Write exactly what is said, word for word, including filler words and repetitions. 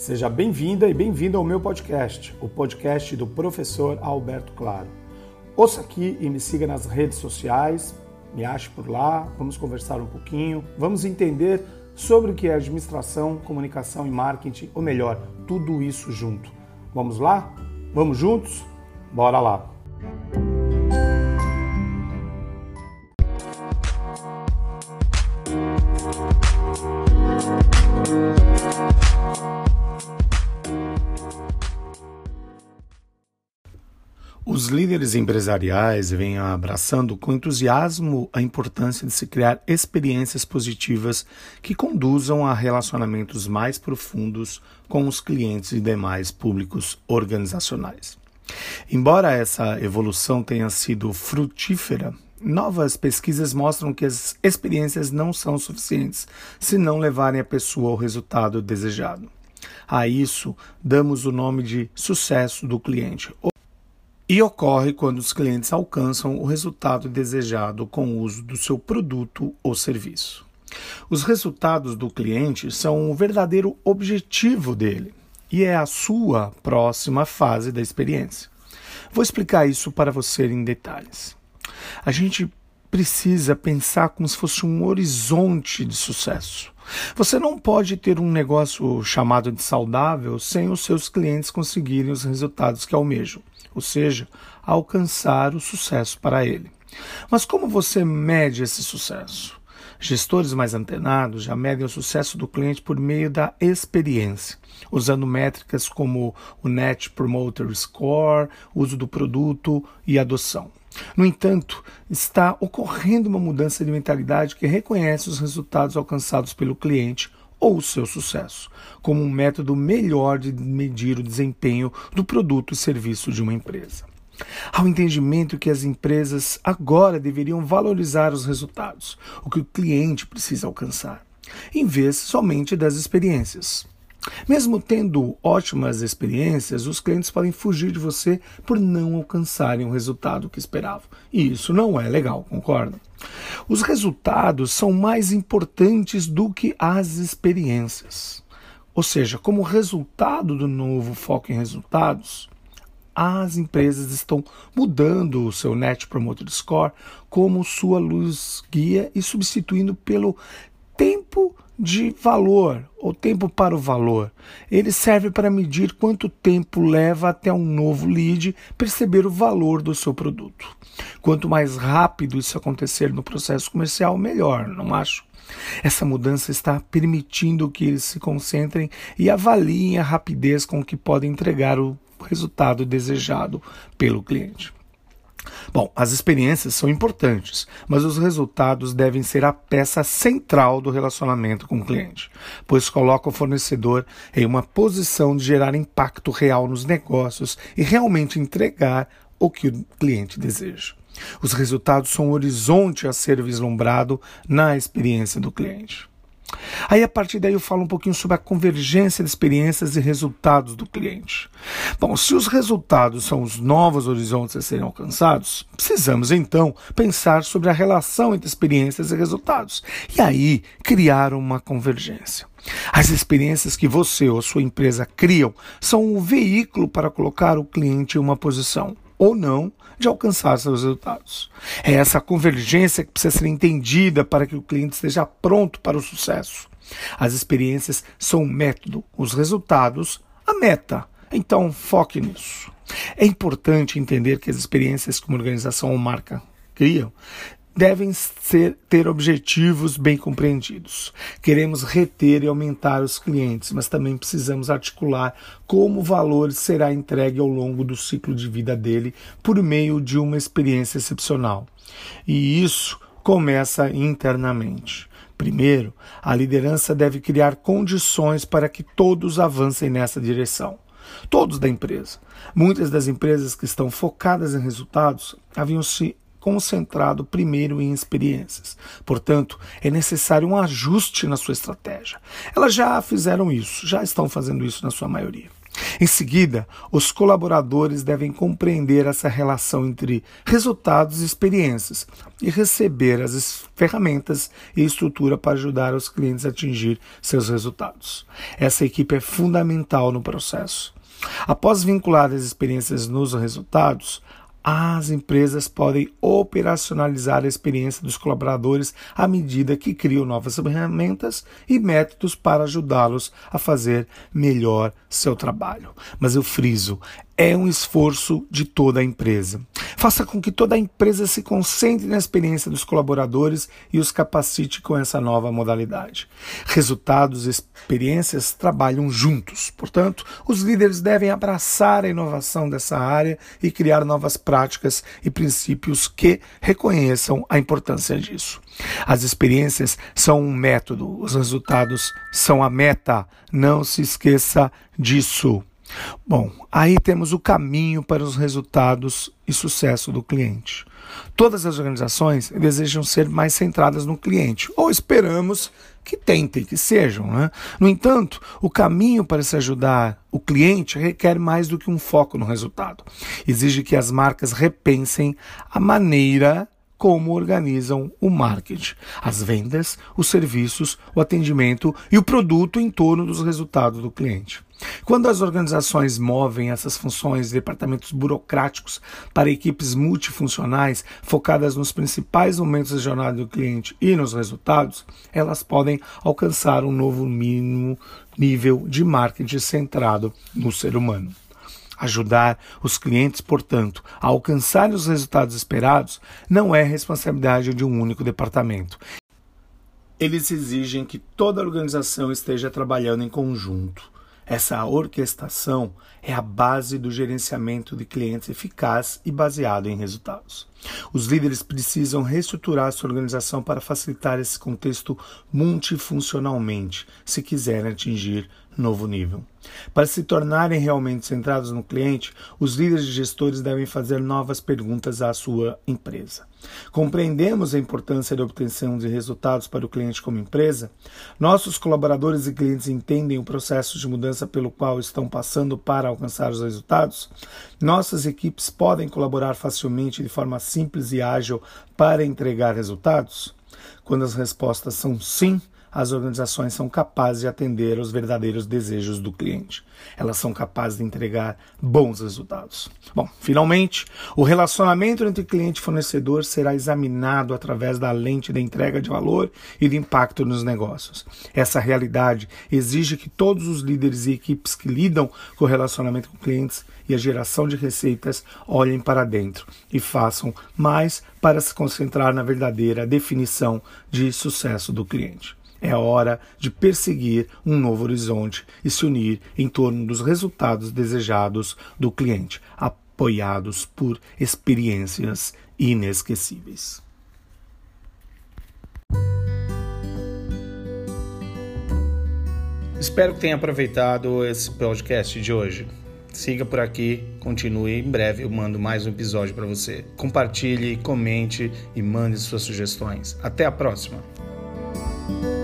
Seja bem-vinda e bem-vindo ao meu podcast, o podcast do professor Alberto Claro. Ouça aqui e me siga nas redes sociais, me ache por lá, vamos conversar um pouquinho, vamos entender sobre o que é administração, comunicação e marketing, ou melhor, tudo isso junto. Vamos lá? Vamos juntos? Bora lá! Os líderes empresariais vêm abraçando com entusiasmo a importância de se criar experiências positivas que conduzam a relacionamentos mais profundos com os clientes e demais públicos organizacionais. Embora essa evolução tenha sido frutífera, novas pesquisas mostram que as experiências não são suficientes se não levarem a pessoa ao resultado desejado. A isso damos o nome de sucesso do cliente. E ocorre quando os clientes alcançam o resultado desejado com o uso do seu produto ou serviço. Os resultados do cliente são o verdadeiro objetivo dele e é a sua próxima fase da experiência. Vou explicar isso para você em detalhes. A gente precisa pensar como se fosse um horizonte de sucesso. Você não pode ter um negócio chamado de saudável sem os seus clientes conseguirem os resultados que almejam, ou seja, alcançar o sucesso para ele. Mas como você mede esse sucesso? Gestores mais antenados já medem o sucesso do cliente por meio da experiência, usando métricas como o Net Promoter Score, uso do produto e adoção. No entanto, está ocorrendo uma mudança de mentalidade que reconhece os resultados alcançados pelo cliente ou o seu sucesso, como um método melhor de medir o desempenho do produto e serviço de uma empresa. Há o entendimento que as empresas agora deveriam valorizar os resultados, o que o cliente precisa alcançar, em vez somente das experiências. Mesmo tendo ótimas experiências, os clientes podem fugir de você por não alcançarem o resultado que esperavam. E isso não é legal, concorda? Os resultados são mais importantes do que as experiências. Ou seja, como resultado do novo foco em resultados, as empresas estão mudando o seu Net Promoter Score como sua luz guia e substituindo pelo tempo de valor, ou tempo para o valor. Ele serve para medir quanto tempo leva até um novo lead perceber o valor do seu produto. Quanto mais rápido isso acontecer no processo comercial, melhor, não acho? Essa mudança está permitindo que eles se concentrem e avaliem a rapidez com que podem entregar o resultado desejado pelo cliente. Bom, as experiências são importantes, mas os resultados devem ser a peça central do relacionamento com o cliente, pois coloca o fornecedor em uma posição de gerar impacto real nos negócios e realmente entregar o que o cliente deseja. Os resultados são um horizonte a ser vislumbrado na experiência do cliente. Aí, a partir daí, eu falo um pouquinho sobre a convergência de experiências e resultados do cliente. Bom, se os resultados são os novos horizontes a serem alcançados, precisamos, então, pensar sobre a relação entre experiências e resultados. E aí, criar uma convergência. As experiências que você ou sua empresa criam são o veículo para colocar o cliente em uma posição, ou não, de alcançar seus resultados. É essa convergência que precisa ser entendida para que o cliente esteja pronto para o sucesso. As experiências são o método, os resultados, a meta. Então, foque nisso. É importante entender que as experiências que uma organização ou marca criam devem ser, ter objetivos bem compreendidos. Queremos reter e aumentar os clientes, mas também precisamos articular como o valor será entregue ao longo do ciclo de vida dele por meio de uma experiência excepcional. E isso começa internamente. Primeiro, a liderança deve criar condições para que todos avancem nessa direção. Todos da empresa. Muitas das empresas que estão focadas em resultados haviam se concentrado primeiro em experiências. Portanto, é necessário um ajuste na sua estratégia. Elas já fizeram isso, já estão fazendo isso na sua maioria. Em seguida, os colaboradores devem compreender essa relação entre resultados e experiências e receber as ferramentas e estrutura para ajudar os clientes a atingir seus resultados. Essa equipe é fundamental no processo. Após vincular as experiências nos resultados, as empresas podem operacionalizar a experiência dos colaboradores à medida que criam novas ferramentas e métodos para ajudá-los a fazer melhor seu trabalho. Mas eu friso, é um esforço de toda a empresa. Faça com que toda a empresa se concentre na experiência dos colaboradores e os capacite com essa nova modalidade. Resultados e experiências trabalham juntos. Portanto, os líderes devem abraçar a inovação dessa área e criar novas práticas e princípios que reconheçam a importância disso. As experiências são um método, os resultados são a meta. Não se esqueça disso. Bom, aí temos o caminho para os resultados e sucesso do cliente. Todas as organizações desejam ser mais centradas no cliente, ou esperamos que tentem que sejam, né? No entanto, o caminho para se ajudar o cliente requer mais do que um foco no resultado. Exige que as marcas repensem a maneira como organizam o marketing, as vendas, os serviços, o atendimento e o produto em torno dos resultados do cliente. Quando as organizações movem essas funções de departamentos burocráticos para equipes multifuncionais focadas nos principais momentos da jornada do cliente e nos resultados, elas podem alcançar um novo mínimo nível de marketing centrado no ser humano. Ajudar os clientes, portanto, a alcançar os resultados esperados não é responsabilidade de um único departamento. Eles exigem que toda a organização esteja trabalhando em conjunto. Essa orquestração é a base do gerenciamento de clientes eficaz e baseado em resultados. Os líderes precisam reestruturar sua organização para facilitar esse contexto multifuncionalmente, se quiserem atingir novo nível. Para se tornarem realmente centrados no cliente, os líderes e gestores devem fazer novas perguntas à sua empresa. Compreendemos a importância da obtenção de resultados para o cliente como empresa? Nossos colaboradores e clientes entendem o processo de mudança pelo qual estão passando para alcançar os resultados? Nossas equipes podem colaborar facilmente de forma simples e ágil para entregar resultados? Quando as respostas são sim, as organizações são capazes de atender aos verdadeiros desejos do cliente. Elas são capazes de entregar bons resultados. Bom, finalmente, o relacionamento entre cliente e fornecedor será examinado através da lente da entrega de valor e do impacto nos negócios. Essa realidade exige que todos os líderes e equipes que lidam com o relacionamento com clientes e a geração de receitas olhem para dentro e façam mais para se concentrar na verdadeira definição de sucesso do cliente. É hora de perseguir um novo horizonte e se unir em torno dos resultados desejados do cliente, apoiados por experiências inesquecíveis. Espero que tenha aproveitado esse podcast de hoje. Siga por aqui, continue. Em breve eu mando mais um episódio para você. Compartilhe, comente e mande suas sugestões. Até a próxima!